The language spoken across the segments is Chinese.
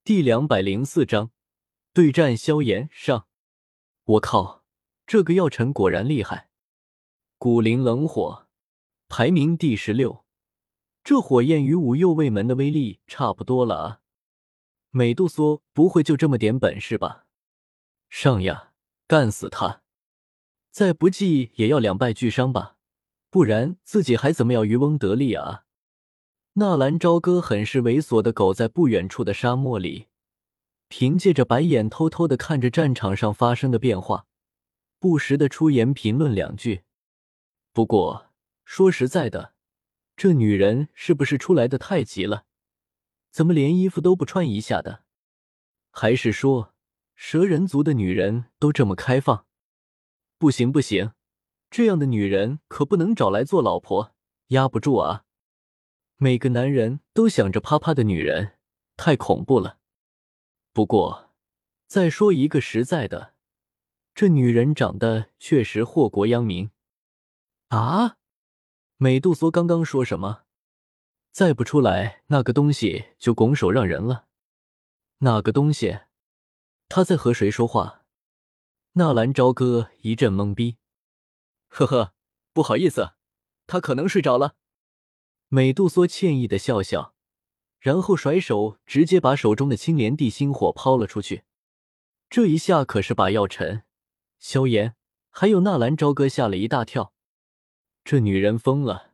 第204章对战萧炎上。我靠，这个药尘果然厉害！古灵冷火，排名第16，这火焰与五右卫门的威力差不多了啊！美杜莎不会就这么点本事吧？上呀，干死他！再不济也要2败俱伤吧，不然自己还怎么要渔翁得利啊？纳兰朝歌很是猥琐地苟在不远处的沙漠里，凭借着白眼偷偷地看着战场上发生的变化，不时地出言评论2句。不过说实在的，这女人是不是出来的太急了？怎么连衣服都不穿一下的？还是说蛇人族的女人都这么开放？不行不行，这样的女人可不能找来做老婆，压不住啊！每个男人都想着啪啪的女人，太恐怖了。不过再说一个实在的，这女人长得确实祸国殃民。啊？美杜莎刚刚说什么？再不出来那个东西就拱手让人了。那个东西？他在和谁说话？纳兰朝歌一阵懵逼。呵呵，不好意思，他可能睡着了。美杜莎歉意地笑笑，然后甩手直接把手中的青莲地心火抛了出去。这一下可是把药尘、萧炎还有纳兰朝歌吓了一大跳。这女人疯了，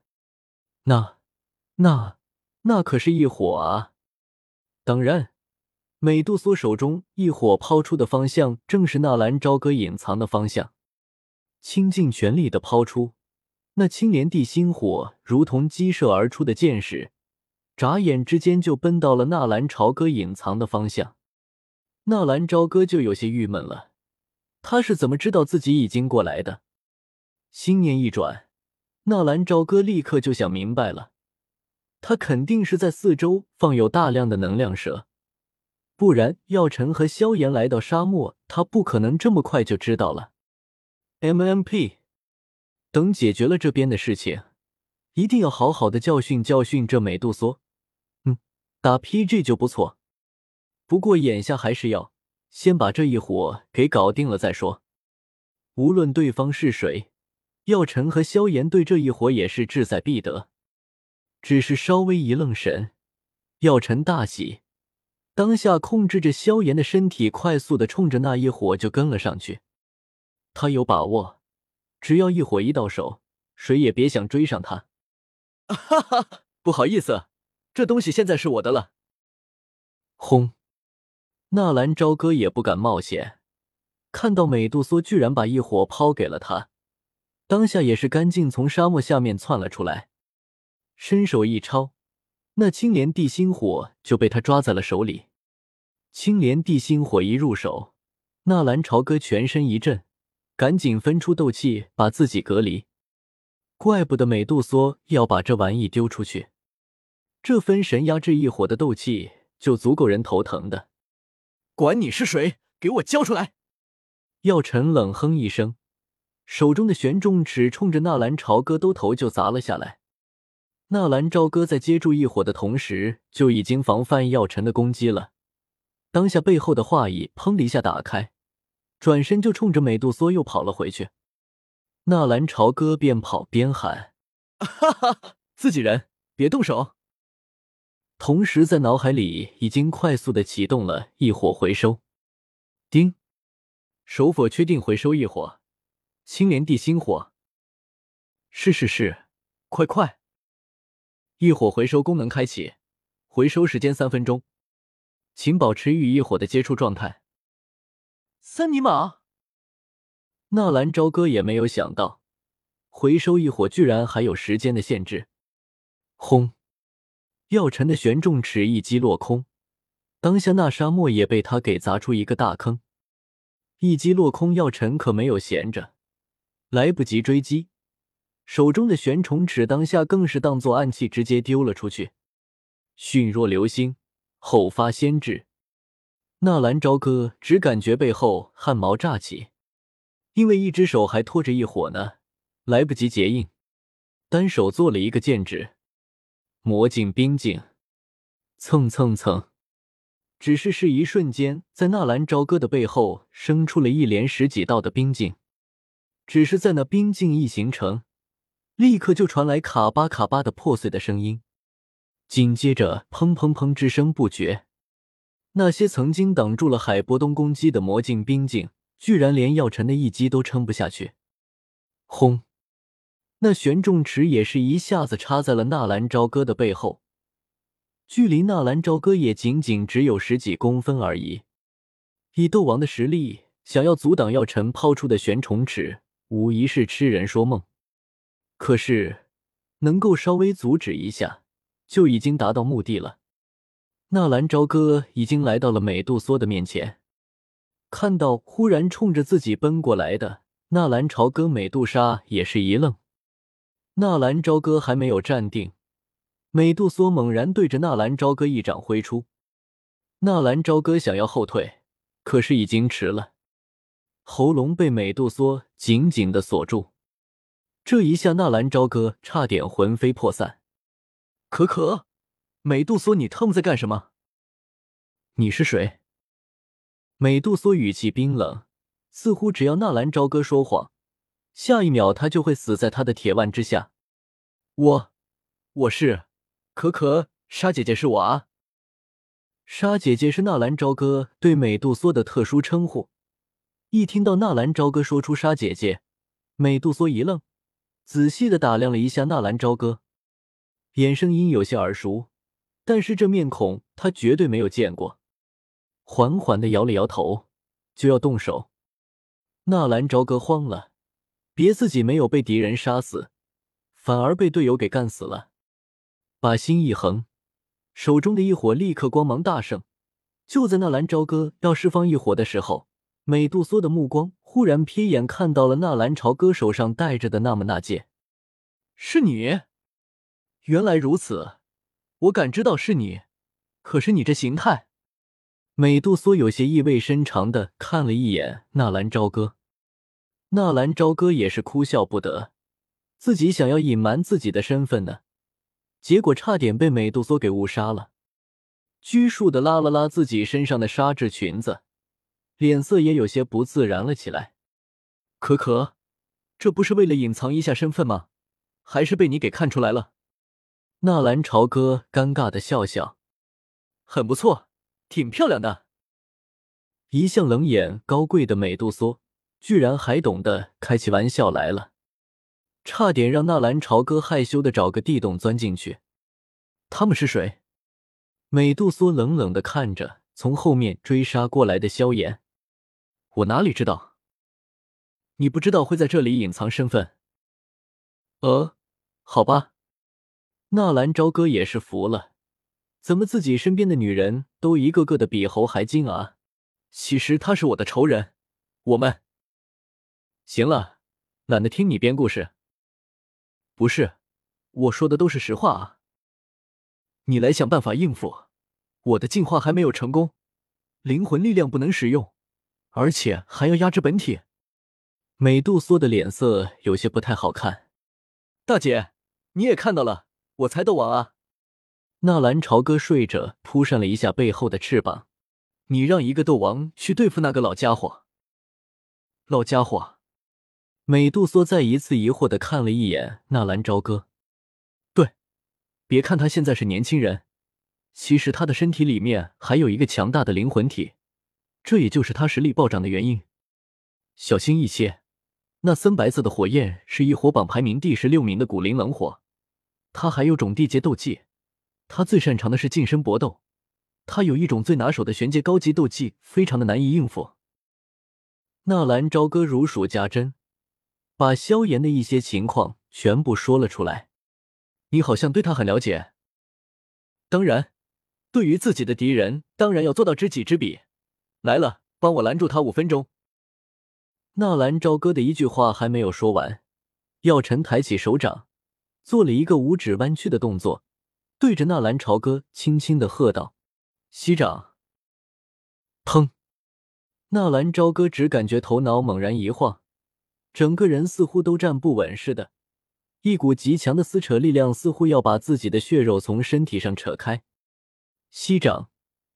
那可是异火啊！当然，美杜莎手中异火抛出的方向正是纳兰朝歌隐藏的方向，倾尽全力地抛出，那青莲地心火如同激射而出的箭矢，眨眼之间就奔到了纳兰朝歌隐藏的方向。纳兰朝歌就有些郁闷了，他是怎么知道自己已经过来的？心念一转，纳兰朝歌立刻就想明白了，他肯定是在四周放有大量的能量蛇，不然药尘和萧炎来到沙漠，他不可能这么快就知道了。MMP， 等解决了这边的事情，一定要好好的教训教训这美杜莎。打 PG 就不错，不过眼下还是要先把这一伙给搞定了再说。无论对方是谁，药尘和萧炎对这一伙也是志在必得。只是稍微一愣神，药尘大喜，当下控制着萧炎的身体快速的冲着那一伙就跟了上去。他有把握，只要一伙一到手，谁也别想追上他。哈哈，不好意思，这东西现在是我的了。轰！纳兰朝歌也不敢冒险，看到美杜莎居然把异火抛给了他，当下也是赶紧从沙漠下面窜了出来，伸手一抄，那青莲地心火就被他抓在了手里。青莲地心火一入手，纳兰朝歌全身一震，赶紧分出斗气把自己隔离。怪不得美杜莎要把这玩意丢出去，这分神压制异火的斗气就足够人头疼的。 管你是谁，给我交出来！ 药尘冷哼一声，手中的玄重尺冲着纳兰朝歌兜头就砸了下来。纳兰朝歌在接住异火的同时就已经防范药尘的攻击了，当下背后的画椅砰的一下打开，转身就冲着美杜莎又跑了回去。纳兰朝歌边跑边喊： 哈哈，自己人，别动手！ 同时在脑海里已经快速的启动了异火回收。叮，手否确定回收异火，青莲地心火。是，快！异火回收功能开启，回收时间3分钟，请保持与异火的接触状态。 三尼玛！ 纳兰朝歌也没有想到，回收异火居然还有时间的限制。轰！药尘的玄重尺一击落空，当下那沙漠也被他给砸出一个大坑。一击落空，药尘可没有闲着，来不及追击，手中的玄重尺当下更是当作暗器直接丢了出去。迅若流星，后发先至。纳兰朝歌只感觉背后汗毛炸起，因为一只手还拖着一火呢，来不及结印，单手做了一个剑指。魔镜冰镜，蹭， 只是一瞬间，在纳兰朝歌的背后生出了一连十几道的冰镜。只是在那冰镜一形成，立刻就传来卡巴卡巴的破碎的声音，紧接着砰砰砰之声不绝。那些曾经挡住了海波东攻击的魔镜冰镜，居然连药尘的一击都撑不下去。轰！那玄重尺也是一下子插在了纳兰朝歌的背后，距离纳兰朝歌也仅仅只有十几公分而已。以斗王的实力，想要阻挡药尘抛出的玄重尺，无疑是痴人说梦。可是，能够稍微阻止一下，就已经达到目的了。纳兰朝歌已经来到了美杜莎的面前，看到忽然冲着自己奔过来的纳兰朝歌，美杜莎也是一愣。纳兰朝歌还没有站定，美杜莎猛然对着纳兰朝歌一掌挥出。纳兰朝歌想要后退，可是已经迟了，喉咙被美杜莎紧紧地锁住。这一下纳兰朝歌差点魂飞魄散。 可可，美杜莎，你他妈在干什么？ 你是谁？美杜莎语气冰冷，似乎只要纳兰朝歌说谎，下一秒他就会死在他的铁腕之下。 我是可可，莎姐姐是我啊。 莎姐姐是纳兰朝歌对美杜莎的特殊称呼。一听到纳兰朝歌说出莎姐姐，美杜莎一愣，仔细地打量了一下纳兰朝歌，眼声音有些耳熟，但是这面孔他绝对没有见过。缓缓地摇了摇头，就要动手。纳兰朝歌慌了，别自己没有被敌人杀死，反而被队友给干死了。把心一横，手中的一火立刻光芒大盛。就在纳兰朝歌要释放一火的时候，美杜莎的目光忽然瞥眼看到了纳兰朝歌手上戴着的那戒。 是你？原来如此，我感知到是你，可是你这形态…… 美杜莎有些意味深长地看了一眼纳兰朝歌。纳兰朝歌也是哭笑不得，自己想要隐瞒自己的身份呢，结果差点被美杜莎给误杀了。拘束地拉了拉自己身上的纱质裙子，脸色也有些不自然了起来。 可可，这不是为了隐藏一下身份吗？还是被你给看出来了？ 纳兰朝歌尴尬地笑笑， 很不错，挺漂亮的。 一向冷眼高贵的美杜莎居然还懂得开起玩笑来了，差点让纳兰朝歌害羞地找个地洞钻进去。 他们是谁？ 美杜莎冷冷地看着从后面追杀过来的萧炎。 我哪里知道？你不知道会在这里隐藏身份？ 好吧。纳兰朝歌也是服了，怎么自己身边的女人都一个个的比猴还精啊？ 其实他是我的仇人，我们…… 行了，懒得听你编故事。 不是，我说的都是实话啊。你来想办法应付，我的进化还没有成功，灵魂力量不能使用，而且还要压制本体。 美杜莎的脸色有些不太好看。 大姐，你也看到了，我才斗王啊！ 纳兰朝歌睡着扑扇了一下背后的翅膀。 你让一个斗王去对付那个老家伙？老家伙？ 美杜莎再一次疑惑地看了一眼纳兰朝歌。 对，别看他现在是年轻人，其实他的身体里面还有一个强大的灵魂体，这也就是他实力暴涨的原因。小心一些，那森白色的火焰是异火榜排名第16名的古灵冷火，他还有种地阶斗技，他最擅长的是近身搏斗，他有一种最拿手的玄阶高级斗技，非常的难以应付。 纳兰朝歌如数家珍，把萧炎的一些情况全部说了出来。 你好像对他很了解。当然，对于自己的敌人，当然要做到知己知彼。来了，帮我拦住他5分钟。 纳兰朝歌的一句话还没有说完，药尘抬起手掌，做了一个五指弯曲的动作，对着纳兰朝歌轻轻地喝道：“息掌！”砰！纳兰朝歌只感觉头脑猛然一晃，整个人似乎都站不稳似的，一股极强的撕扯力量似乎要把自己的血肉从身体上扯开。息掌，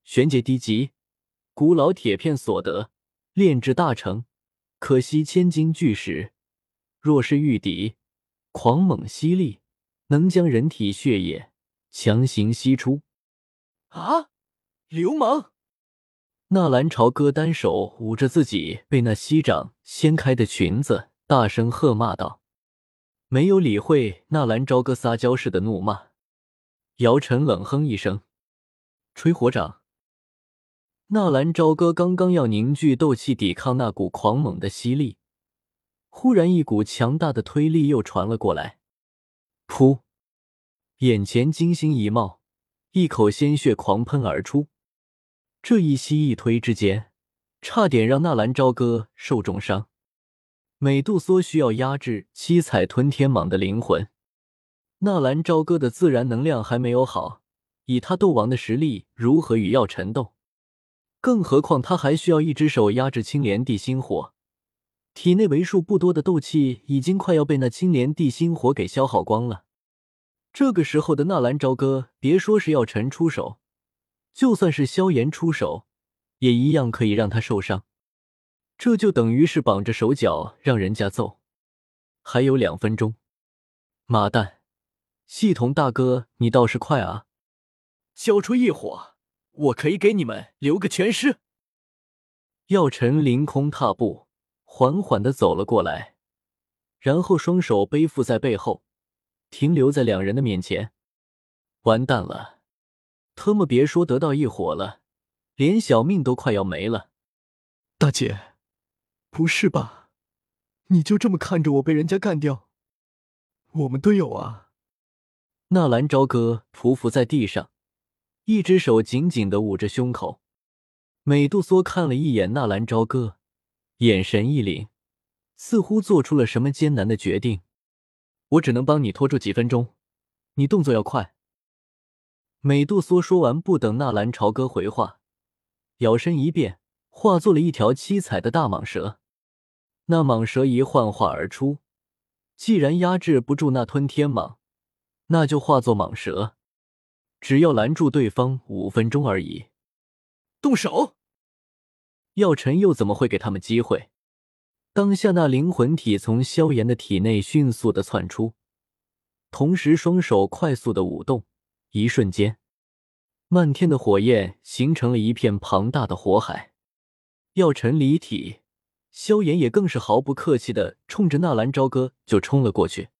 玄阶低级，古老铁片所得，炼制大成，可惜千金巨石。若是遇敌，狂猛犀利，能将人体血液强行吸出。 啊！流氓！ 纳兰朝歌单手捂着自己被那息掌掀开的裙子，大声喝骂道，没有理会纳兰朝歌撒娇似的怒骂。姚晨冷哼一声，吹火掌。纳兰朝歌刚刚要凝聚斗气抵抗那股狂猛的吸力，忽然一股强大的推力又传了过来。噗！眼前金星一冒，一口鲜血狂喷而出。这一吸一推之间，差点让纳兰朝歌受重伤。美杜莎需要压制七彩吞天蟒的灵魂，纳兰朝歌的自然能量还没有好，以他斗王的实力如何与药尘斗？更何况他还需要一只手压制青莲地心火，体内为数不多的斗气已经快要被那青莲地心火给消耗光了。这个时候的纳兰朝歌，别说是药尘出手，就算是萧炎出手，也一样可以让他受伤。这就等于是绑着手脚让人家揍。还有2分钟。妈蛋，系统大哥你倒是快啊！ 交出异火，我可以给你们留个全尸。 药尘凌空踏步，缓缓地走了过来，然后双手背负在背后，停留在2人的面前。完蛋了，特么别说得到异火了，连小命都快要没了。 大姐，不是吧？你就这么看着我被人家干掉？我们队友啊！ 纳兰朝歌匍匐在地上，一只手紧紧地捂着胸口。美杜莎看了一眼纳兰朝歌，眼神一凛，似乎做出了什么艰难的决定。我只能帮你拖住几分钟，你动作要快。美杜莎说完，不等纳兰朝歌回话，摇身一变，化作了一条七彩的大蟒蛇。那蟒蛇一幻化而出，既然压制不住那吞天蟒，那就化作蟒蛇，只要拦住对方5分钟而已。 动手！ 药尘又怎么会给他们机会？当下那灵魂体从萧炎的体内迅速地窜出，同时双手快速地舞动，一瞬间，漫天的火焰形成了一片庞大的火海。药尘离体，萧炎也更是毫不客气地冲着纳兰朝歌就冲了过去。